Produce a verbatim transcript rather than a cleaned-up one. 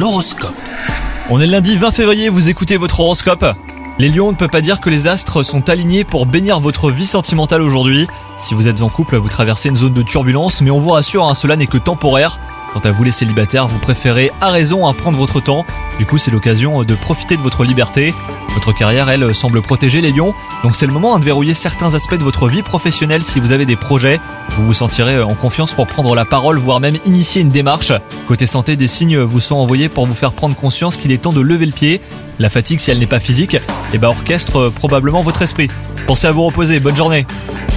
L'horoscope. On est le lundi vingt février, vous écoutez votre horoscope. Les lions, on ne peut pas dire que les astres sont alignés pour bénir votre vie sentimentale aujourd'hui. Si vous êtes en couple, vous traversez une zone de turbulence, mais on vous rassure, hein, cela n'est que temporaire. Quant à vous les célibataires, vous préférez à raison à prendre votre temps. Du coup, c'est l'occasion de profiter de votre liberté. Votre carrière, elle, semble protéger les lions. Donc c'est le moment hein, de verrouiller certains aspects de votre vie professionnelle si vous avez des projets. Vous vous sentirez en confiance pour prendre la parole, voire même initier une démarche. Côté santé, des signes vous sont envoyés pour vous faire prendre conscience qu'il est temps de lever le pied. La fatigue, si elle n'est pas physique, eh ben orchestre probablement votre esprit. Pensez à vous reposer, bonne journée.